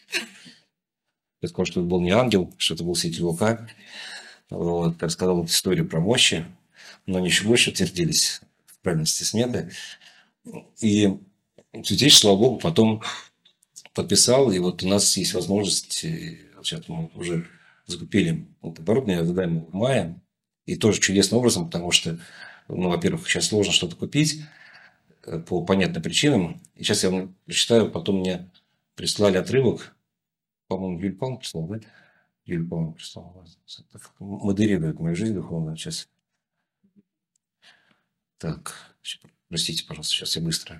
Я сказал, что это был не ангел, что это был святитель Лука. Вот, рассказал историю про мощи, но они еще больше утвердились в правильности сметы. И святейший, слава Богу, потом подписал, и вот у нас есть возможность, сейчас мы уже закупили оборудование, ожидаем в мае, и тоже чудесным образом, потому что, ну, во-первых, сейчас сложно что-то купить по понятным причинам, и сейчас я вам прочитаю, потом мне прислали отрывок, по-моему, Юлия Павловна прислала, да? Юлия Павловна прислала. Модерирует мою жизнь духовную сейчас. Так, простите, пожалуйста, сейчас я быстро.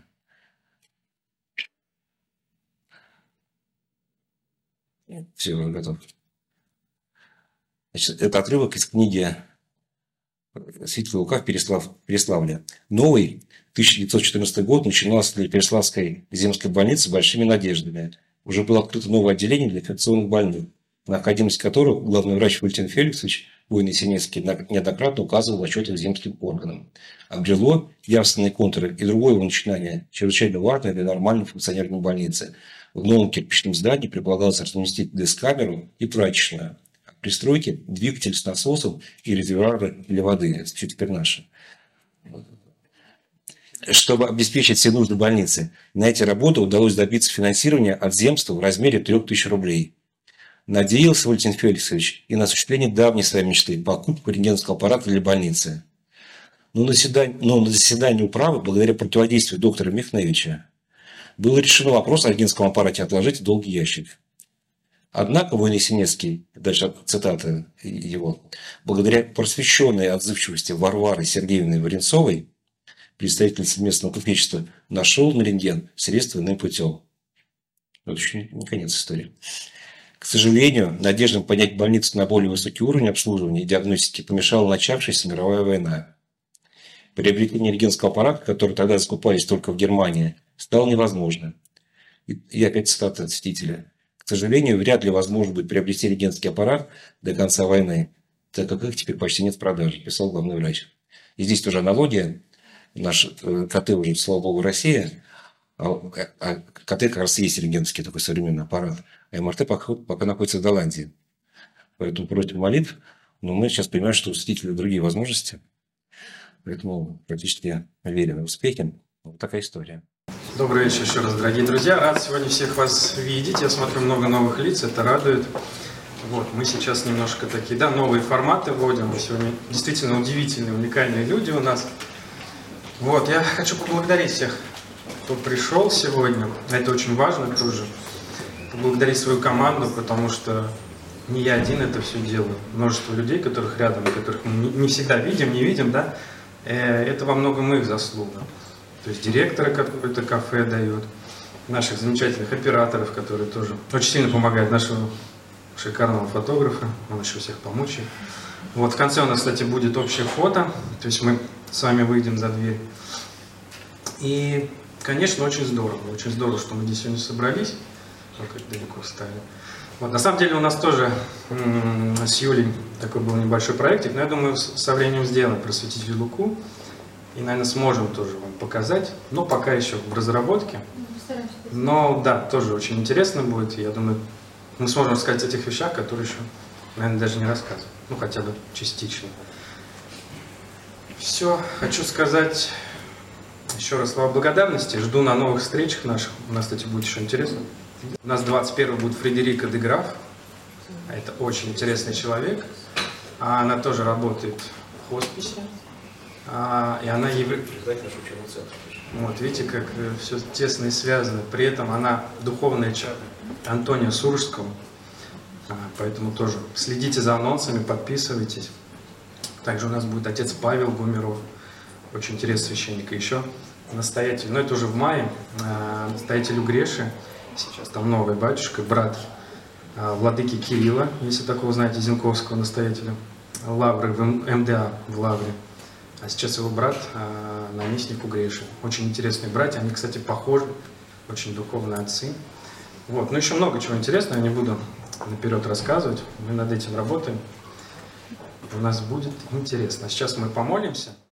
Все, уже готов. Значит, это отрывок из книги святителя Лука в Переславле. Новый 1914 год начинался для Переславской земской больницы большими надеждами. Уже было открыто новое отделение для инфекционных больных, на необходимость которого главный врач Валентин Феликсович Войно-Синецкий неоднократно указывал в отчетах земским органам. Обрело явственные контуры и другое его начинание, чрезвычайно важное для нормального функционирования больницы. В новом кирпичном здании предполагалось разместить дескамеру и прачечную. А при стройке двигатель с насосом и резервуары для воды. Это все теперь наше. Чтобы обеспечить все нужды больницы, на эти работы удалось добиться финансирования от земства в размере 3000 рублей. Надеялся Валентин Феликсович и на осуществление давней своей мечты – покупку рентгеновского аппарата для больницы. Но на заседании управы, благодаря противодействию доктора Михневича, было решено вопрос о рентгеновском аппарате отложить в долгий ящик. Однако Войно-Синецкий, дальше цитата его, благодаря просвещенной отзывчивости Варвары Сергеевны Варенцовой, представительница местного купечества, нашел на рентген средства иным путем. Вот еще не конец истории. К сожалению, надеждам поднять больницу на более высокий уровень обслуживания и диагностики помешала начавшаяся мировая война. Приобретение рентгеновского аппарата, который тогда закупались только в Германии, стало невозможно. И опять цитата от святителя. К сожалению, вряд ли возможно будет приобрести рентгеновский аппарат до конца войны, так как их теперь почти нет в продаже, писал главный врач. И здесь тоже аналогия. Наш КТ уже, слава богу, Россия, а КТ как раз есть рентгеновский такой современный аппарат, а МРТ пока находится в Голландии. Поэтому просим молитв, но мы сейчас понимаем, что у святителя другие возможности, поэтому практически верим в успехи. Вот такая история. Добрый вечер еще раз, дорогие друзья. Рад сегодня всех вас видеть. Я смотрю много новых лиц, это радует. Вот, мы сейчас немножко такие, новые форматы вводим. Сегодня действительно удивительные, уникальные люди у нас. Вот, я хочу поблагодарить всех, кто пришел сегодня. Это очень важно тоже. Поблагодарить свою команду, потому что не я один это все делаю. Множество людей, которых рядом, которых мы не всегда видим, да. Это во многом их заслуга. То есть директора какое-то кафе дает, наших замечательных операторов, которые тоже очень сильно помогают, нашего шикарного фотографа, он еще всех помочь. Вот, в конце у нас, кстати, будет общее фото, то есть мы с вами выйдем за дверь. И, конечно, очень здорово, что мы здесь сегодня собрались. Вот как далеко встали. Вот, на самом деле у нас тоже с Юлей такой был небольшой проектик, но я думаю, со временем сделаем просветитель Луку. И, наверное, сможем тоже вам показать, но пока еще в разработке. Но да, тоже очень интересно будет. Я думаю, мы сможем рассказать о тех вещах, которые еще, наверное, даже не рассказывали. Ну, хотя бы частично. Все, хочу сказать еще раз слова благодарности. Жду на новых встречах наших. У нас, кстати, будет еще интересно. У нас 21 будет Фредерика де Граф. Это очень интересный человек. Она тоже работает в хосписе. И она Вот, видите, как все тесно и связано. При этом она духовная часть Антония Суржского. Поэтому тоже следите за анонсами, подписывайтесь. Также у нас будет отец Павел Гумеров. Очень интересный священник. И еще настоятель, но это уже в мае, настоятель Угреши. Сейчас там новый батюшка, брат владыки Кирилла, если такого знаете, Зинковского настоятеля. Лавры в МДА в Лавре. А сейчас его брат, наместник Угреши. Очень интересные братья, они, кстати, похожи, очень духовные отцы. Вот. Ну, еще много чего интересного, я не буду наперед рассказывать. Мы над этим работаем. У нас будет интересно. Сейчас мы помолимся.